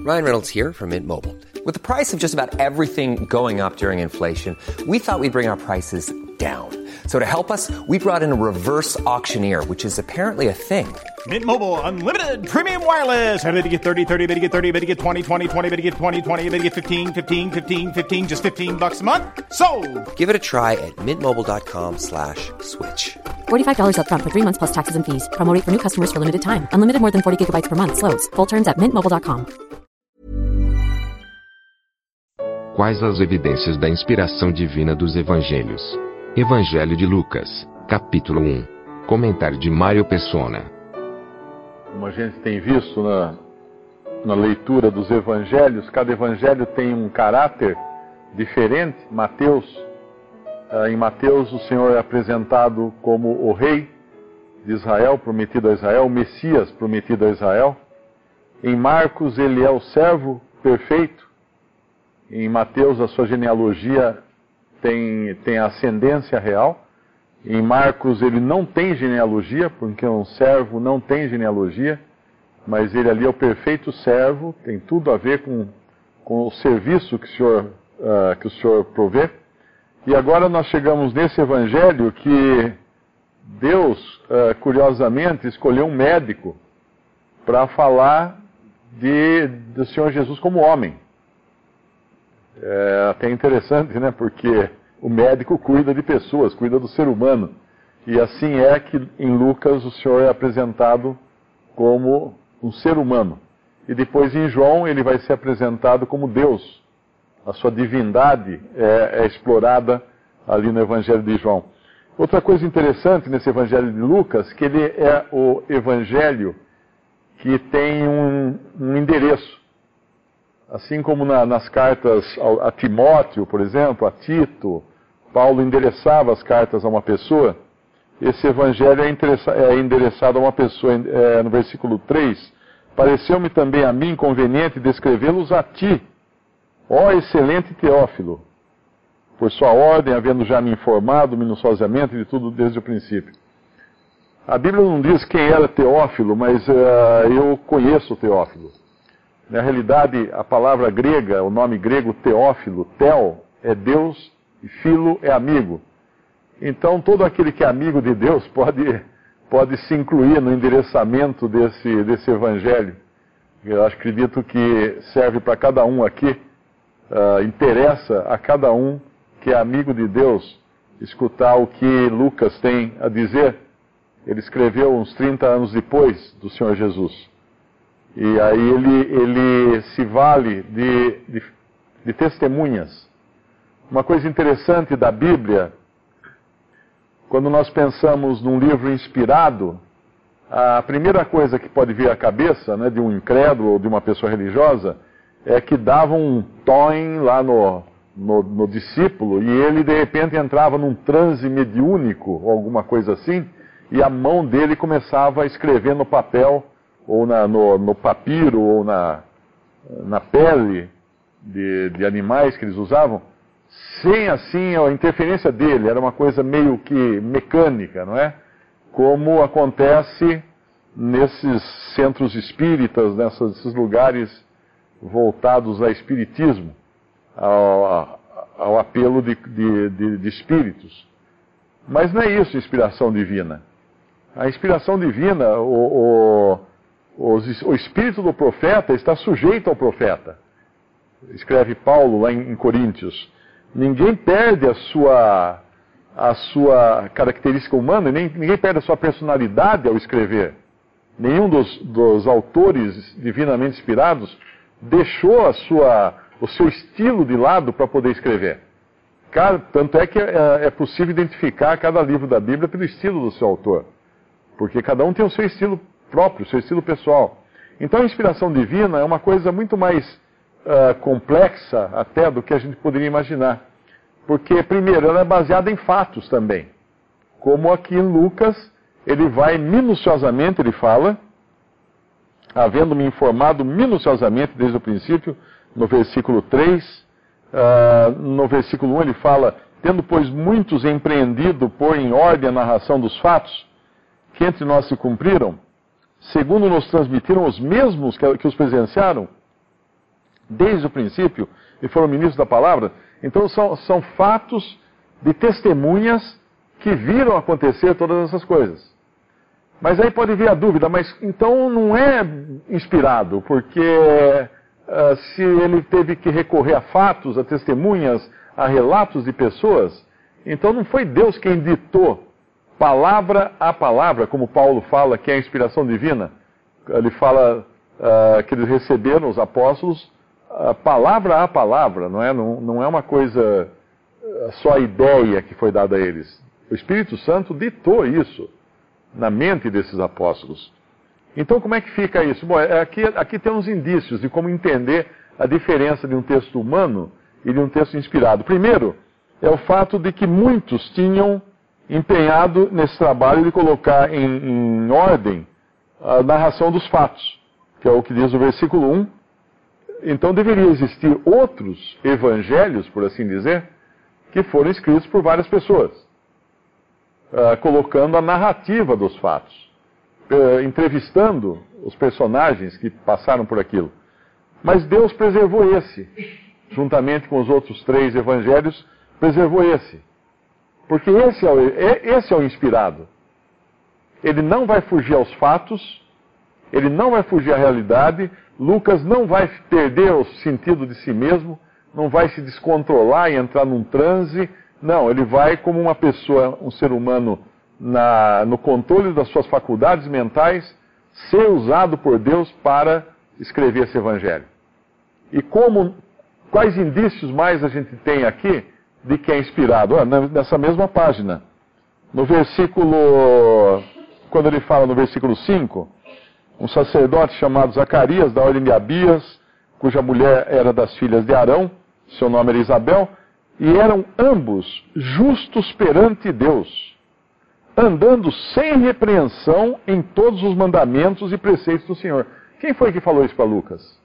Ryan Reynolds here from Mint Mobile. With the price of just about everything going up during inflation, we thought we'd bring our prices down. So to help us, we brought in a reverse auctioneer, which is apparently a thing. Mint Mobile Unlimited Premium Wireless. How to get 30, 30, how to get 30, how to get 20, 20, 20, how to get 20, 20, how to get 15, 15, 15, 15, just $15 a month? Sold! Give it a try at mintmobile.com/switch. $45 up front for 3 months plus taxes and fees. Promo rate for new customers for limited time. Unlimited more than 40 gigabytes per month. Slows full terms at mintmobile.com. Quais as evidências da inspiração divina dos Evangelhos? Evangelho de Lucas, capítulo 1. Comentário de Mário Persona. Como a gente tem visto na leitura dos Evangelhos, cada Evangelho tem um caráter diferente. Em Mateus o Senhor é apresentado como o Rei de Israel, prometido a Israel, o Messias prometido a Israel. Em Marcos ele é o servo perfeito. Em Mateus a sua genealogia tem ascendência real. Em Marcos ele não tem genealogia, porque um servo não tem genealogia, mas ele ali é o perfeito servo, tem tudo a ver com o serviço que o Senhor provê. E agora nós chegamos nesse evangelho que Deus, curiosamente, escolheu um médico para falar do Senhor Jesus como homem. É até interessante, né? Porque o médico cuida de pessoas, cuida do ser humano. E assim é que em Lucas o Senhor é apresentado como um ser humano. E depois em João ele vai ser apresentado como Deus. A sua divindade é explorada ali no Evangelho de João. Outra coisa interessante nesse Evangelho de Lucas, que ele é o Evangelho que tem um endereço. Assim como nas cartas a Timóteo, por exemplo, a Tito, Paulo endereçava as cartas a uma pessoa, esse evangelho é endereçado a uma pessoa. No versículo 3, pareceu-me também a mim conveniente descrevê-los a ti, ó excelente Teófilo, por sua ordem, havendo já me informado minuciosamente de tudo desde o princípio. A Bíblia não diz quem era Teófilo, mas eu conheço Teófilo. Na realidade, a palavra grega, o nome grego Teófilo, Theo, é Deus e Filo é amigo. Então, todo aquele que é amigo de Deus pode se incluir no endereçamento desse evangelho. Eu acredito que serve para cada um aqui, interessa a cada um que é amigo de Deus escutar o que Lucas tem a dizer. Ele escreveu uns 30 anos depois do Senhor Jesus. E aí ele se vale de testemunhas. Uma coisa interessante da Bíblia, quando nós pensamos num livro inspirado, a primeira coisa que pode vir à cabeça, né, de um incrédulo ou de uma pessoa religiosa, é que dava um toim lá no discípulo e ele de repente entrava num transe mediúnico ou alguma coisa assim, e a mão dele começava a escrever no papel, ou no papiro, ou na pele de animais que eles usavam, sem assim a interferência dele. Era uma coisa meio que mecânica, não é? Como acontece nesses centros espíritas, nesses lugares voltados a espiritismo, ao apelo de espíritos. Mas não é isso, inspiração divina. A inspiração divina, o espírito do profeta está sujeito ao profeta. Escreve Paulo lá em Coríntios. Ninguém perde a sua característica humana, ninguém perde a sua personalidade ao escrever. Nenhum dos autores divinamente inspirados deixou o seu estilo de lado para poder escrever. Tanto é que é possível identificar cada livro da Bíblia pelo estilo do seu autor. Porque cada um tem o seu estilo próprio, o seu estilo pessoal. Então a inspiração divina é uma coisa muito mais complexa até do que a gente poderia imaginar. Porque, primeiro, ela é baseada em fatos também. Como aqui em Lucas, ele vai minuciosamente, ele fala, havendo me informado minuciosamente desde o princípio, no versículo 3, no versículo 1 ele fala, tendo pois muitos empreendido pôr em ordem a narração dos fatos, que entre nós se cumpriram, segundo nos transmitiram os mesmos que os presenciaram. desde o princípio e foram ministros da palavra. Então são fatos de testemunhas que viram acontecer todas essas coisas. Mas aí pode vir a dúvida, mas então não é inspirado, porque se ele teve que recorrer a fatos, a testemunhas, a relatos de pessoas, então não foi Deus quem ditou palavra a palavra, como Paulo fala que é a inspiração divina. Ele fala que eles receberam, os apóstolos, palavra a palavra, não é uma coisa só a ideia que foi dada a eles. O Espírito Santo ditou isso na mente desses apóstolos. Então como é que fica isso? Bom, aqui tem uns indícios de como entender a diferença de um texto humano e de um texto inspirado. Primeiro, é o fato de que muitos tinham empenhado nesse trabalho de colocar em ordem a narração dos fatos, que é o que diz o versículo 1. Então deveria existir outros evangelhos, por assim dizer, que foram escritos por várias pessoas, colocando a narrativa dos fatos, entrevistando os personagens que passaram por aquilo. Mas Deus preservou esse, juntamente com os outros 3 evangelhos, preservou esse. Porque esse é o inspirado. Ele não vai fugir aos fatos, ele não vai fugir à realidade. Lucas não vai perder o sentido de si mesmo, não vai se descontrolar e entrar num transe. Não, ele vai como uma pessoa, um ser humano, no controle das suas faculdades mentais, ser usado por Deus para escrever esse evangelho. E quais indícios mais a gente tem aqui de que é inspirado? Nessa mesma página, no versículo, quando ele fala no versículo 5, um sacerdote chamado Zacarias, da ordem de Abias, cuja mulher era das filhas de Arão, seu nome era Isabel, e eram ambos justos perante Deus, andando sem repreensão em todos os mandamentos e preceitos do Senhor. Quem foi que falou isso para Lucas?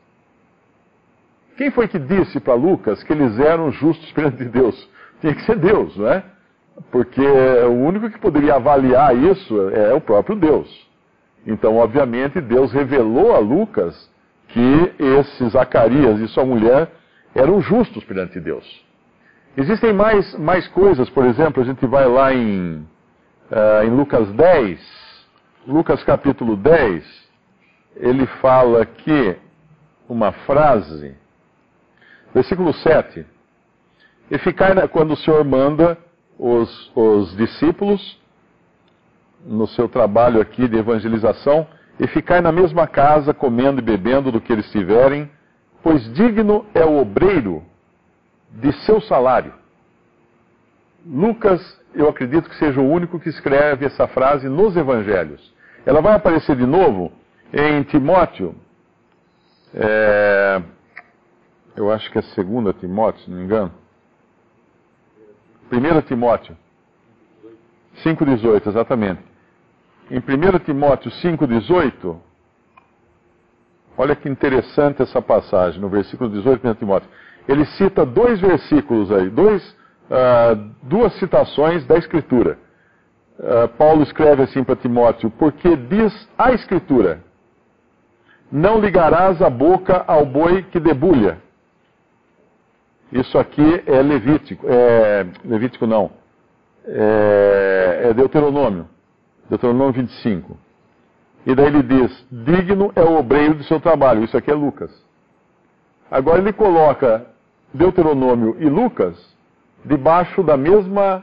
Quem foi que disse para Lucas que eles eram justos perante Deus? Tinha que ser Deus, não é? Porque o único que poderia avaliar isso é o próprio Deus. Então, obviamente, Deus revelou a Lucas que esse Zacarias e sua mulher eram justos perante Deus. Existem mais coisas, por exemplo, a gente vai lá em Lucas 10, Lucas capítulo 10, ele fala aqui uma frase, versículo 7, e ficai, quando o Senhor manda os discípulos, no seu trabalho aqui de evangelização, e ficai na mesma casa, comendo e bebendo do que eles tiverem, pois digno é o obreiro de seu salário. Lucas, eu acredito que seja o único que escreve essa frase nos evangelhos. Ela vai aparecer de novo em Timóteo, eu acho que é 2 Timóteo, se não me engano. 1 Timóteo 5,18, exatamente. Em 1 Timóteo 5,18, olha que interessante essa passagem, no versículo 18 de 1 Timóteo. Ele cita 2 versículos aí, duas citações da Escritura. Paulo escreve assim para Timóteo: porque diz a Escritura, não ligarás a boca ao boi que debulha. Isso aqui é Levítico, Levítico não, é Deuteronômio 25. E daí ele diz, digno é o obreiro do seu trabalho. Isso aqui é Lucas. Agora ele coloca Deuteronômio e Lucas debaixo da mesma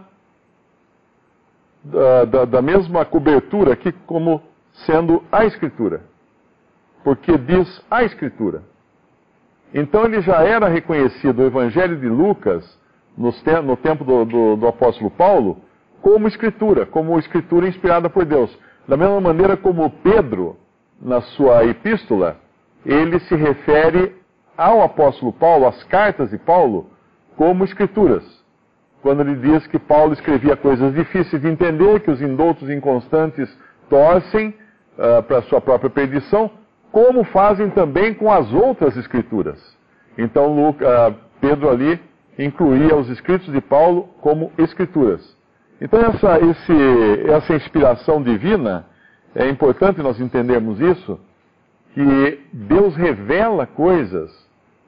cobertura aqui, como sendo a Escritura. Porque diz a Escritura. Então ele já era reconhecido, o Evangelho de Lucas, no tempo do apóstolo Paulo, como Escritura inspirada por Deus. Da mesma maneira como Pedro, na sua epístola, ele se refere ao apóstolo Paulo, às cartas de Paulo, como Escrituras. Quando ele diz que Paulo escrevia coisas difíceis de entender, que os indoutos inconstantes torcem para a sua própria perdição, como fazem também com as outras Escrituras. Então Pedro ali incluía os escritos de Paulo como Escrituras. Então essa inspiração divina, é importante nós entendermos isso, que Deus revela coisas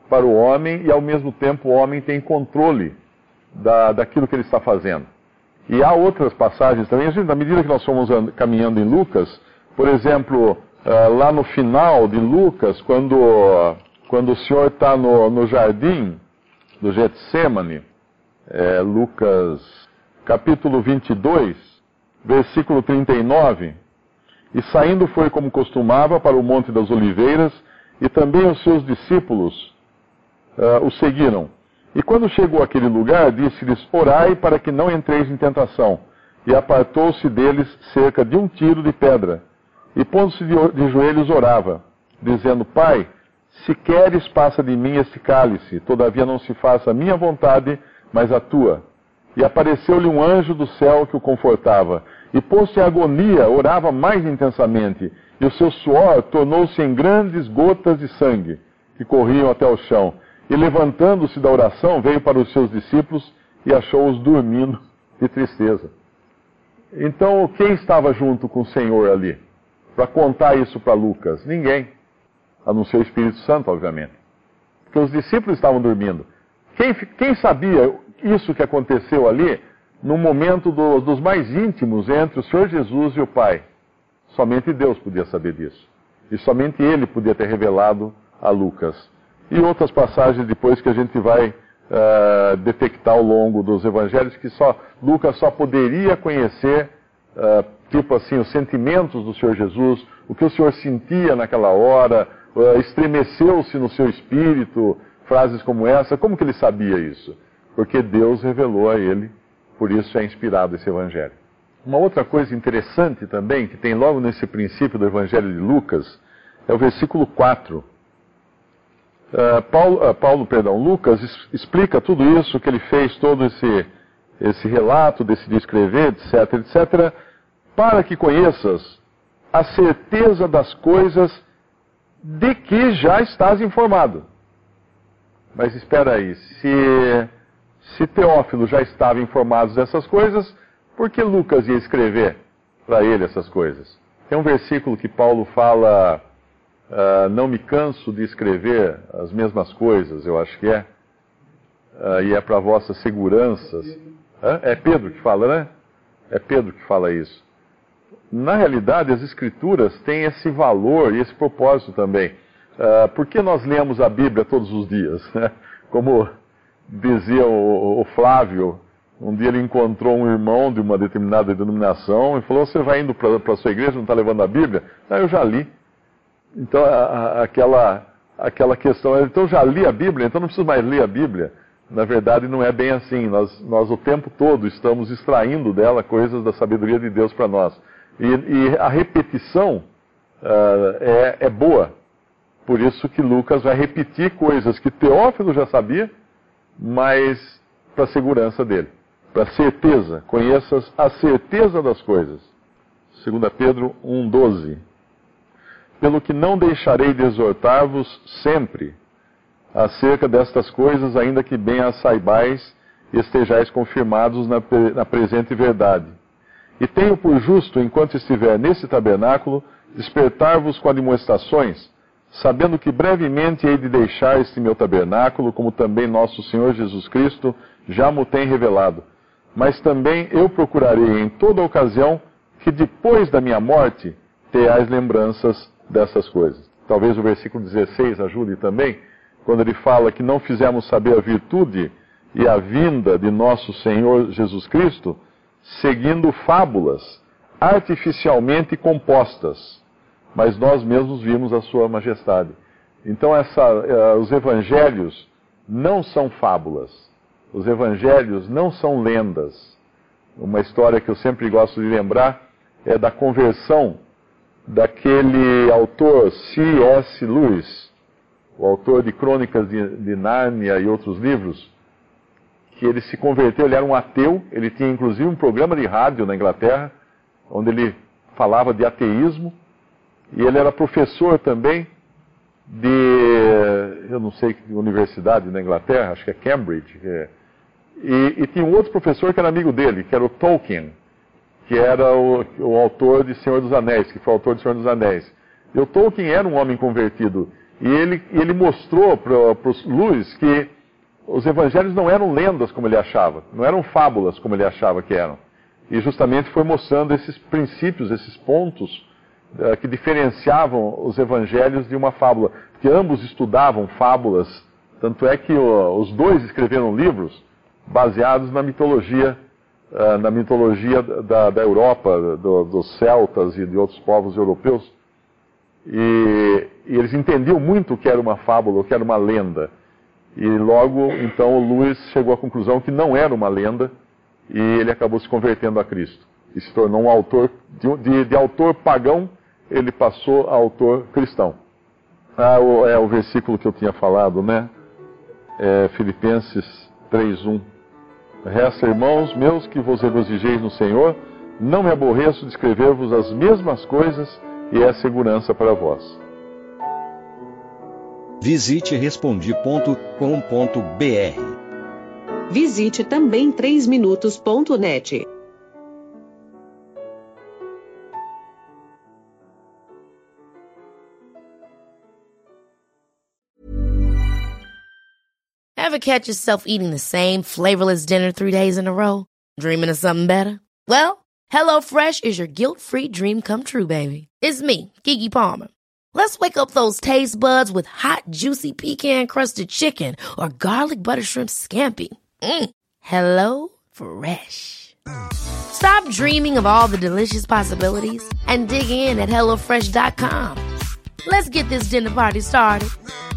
para o homem e, ao mesmo tempo, o homem tem controle daquilo que ele está fazendo. E há outras passagens também, na medida que nós fomos caminhando em Lucas, por exemplo, lá no final de Lucas, quando o Senhor está no jardim do Getsêmani, Lucas capítulo 22, versículo 39, e saindo foi como costumava para o Monte das Oliveiras, e também os seus discípulos o seguiram. E quando chegou àquele lugar, disse-lhes: orai para que não entreis em tentação. E apartou-se deles cerca de 1 tiro de pedra. E pondo-se de joelhos orava, dizendo: Pai, se queres, passa de mim este cálice, todavia não se faça a minha vontade, mas a tua. E apareceu-lhe um anjo do céu que o confortava. E posto em agonia, orava mais intensamente, e o seu suor tornou-se em grandes gotas de sangue, que corriam até o chão. E levantando-se da oração, veio para os seus discípulos e achou-os dormindo de tristeza. Então, quem estava junto com o Senhor ali? Para contar isso para Lucas? Ninguém. A não ser o Espírito Santo, obviamente. Porque os discípulos estavam dormindo. Quem sabia isso que aconteceu ali, no momento dos mais íntimos entre o Senhor Jesus e o Pai? Somente Deus podia saber disso. E somente Ele podia ter revelado a Lucas. E outras passagens depois que a gente vai detectar ao longo dos evangelhos, que Lucas só poderia conhecer, tipo assim, os sentimentos do Senhor Jesus, o que o Senhor sentia naquela hora, estremeceu-se no seu espírito, frases como essa. Como que ele sabia isso? Porque Deus revelou a ele, por isso é inspirado esse evangelho. Uma outra coisa interessante também, que tem logo nesse princípio do evangelho de Lucas, é o versículo 4. Lucas explica tudo isso, que ele fez todo esse relato, decidiu escrever, etc, etc, para que conheças a certeza das coisas de que já estás informado. Mas espera aí, se Teófilo já estava informado dessas coisas, por que Lucas ia escrever para ele essas coisas? Tem um versículo que Paulo fala... não me canso de escrever as mesmas coisas, eu acho que é. E é para vossas seguranças. É Pedro que fala, né? É Pedro que fala isso. Na realidade, as Escrituras têm esse valor e esse propósito também. Por que nós lemos a Bíblia todos os dias? Né? Como dizia o Flávio, um dia ele encontrou um irmão de uma determinada denominação e falou: você vai indo para a sua igreja, não está levando a Bíblia? Não, eu já li. Então, aquela questão, então já li a Bíblia, então não preciso mais ler a Bíblia. Na verdade, não é bem assim. Nós o tempo todo estamos extraindo dela coisas da sabedoria de Deus para nós. E a repetição é boa. Por isso que Lucas vai repetir coisas que Teófilo já sabia, mas para a segurança dele. Para a certeza. Conheças a certeza das coisas. 2 Pedro 1,12. Pelo que não deixarei de exortar-vos sempre acerca destas coisas, ainda que bem as saibais e estejais confirmados na presente verdade. E tenho por justo, enquanto estiver nesse tabernáculo, despertar-vos com admoestações, sabendo que brevemente hei de deixar este meu tabernáculo, como também nosso Senhor Jesus Cristo já mo tem revelado. Mas também eu procurarei em toda ocasião que depois da minha morte tenhais lembranças dessas coisas. Talvez o versículo 16 ajude também, quando ele fala que não fizemos saber a virtude e a vinda de nosso Senhor Jesus Cristo, seguindo fábulas artificialmente compostas, mas nós mesmos vimos a sua majestade. Então os evangelhos não são fábulas, os evangelhos não são lendas. Uma história que eu sempre gosto de lembrar é da conversão daquele autor C.S. Lewis, o autor de Crônicas de Nárnia e outros livros, que ele se converteu, ele era um ateu, ele tinha inclusive um programa de rádio na Inglaterra, onde ele falava de ateísmo, e ele era professor também eu não sei que universidade na Inglaterra, acho que é Cambridge, e tinha um outro professor que era amigo dele, que era o Tolkien, que era o autor de Senhor dos Anéis, que foi o autor de Senhor dos Anéis. E o Tolkien era um homem convertido. E ele mostrou para o Lewis que os evangelhos não eram lendas como ele achava, não eram fábulas como ele achava que eram. E justamente foi mostrando esses princípios, esses pontos que diferenciavam os evangelhos de uma fábula. Porque ambos estudavam fábulas, tanto é que os dois escreveram livros baseados na mitologia da Europa, dos celtas e de outros povos europeus. E eles entendiam muito o que era uma fábula, o que era uma lenda. E logo, então, o Lewis chegou à conclusão que não era uma lenda, e ele acabou se convertendo a Cristo. E se tornou um autor, de autor pagão, ele passou a autor cristão. É o versículo que eu tinha falado, né? Filipenses 3:1. Resta, irmãos meus, que vos regozijeis no Senhor, não me aborreço de escrever-vos as mesmas coisas, e é segurança para vós. Visite Respondi.com.br. Visite também 3minutos.net. Ever catch yourself eating the same flavorless dinner 3 days in a row? Dreaming of something better? Well, HelloFresh is your guilt-free dream come true, baby. It's me, Keke Palmer. Let's wake up those taste buds with hot, juicy pecan-crusted chicken or garlic butter shrimp scampi. Hello Fresh. Stop dreaming of all the delicious possibilities and dig in at HelloFresh.com. Let's get this dinner party started.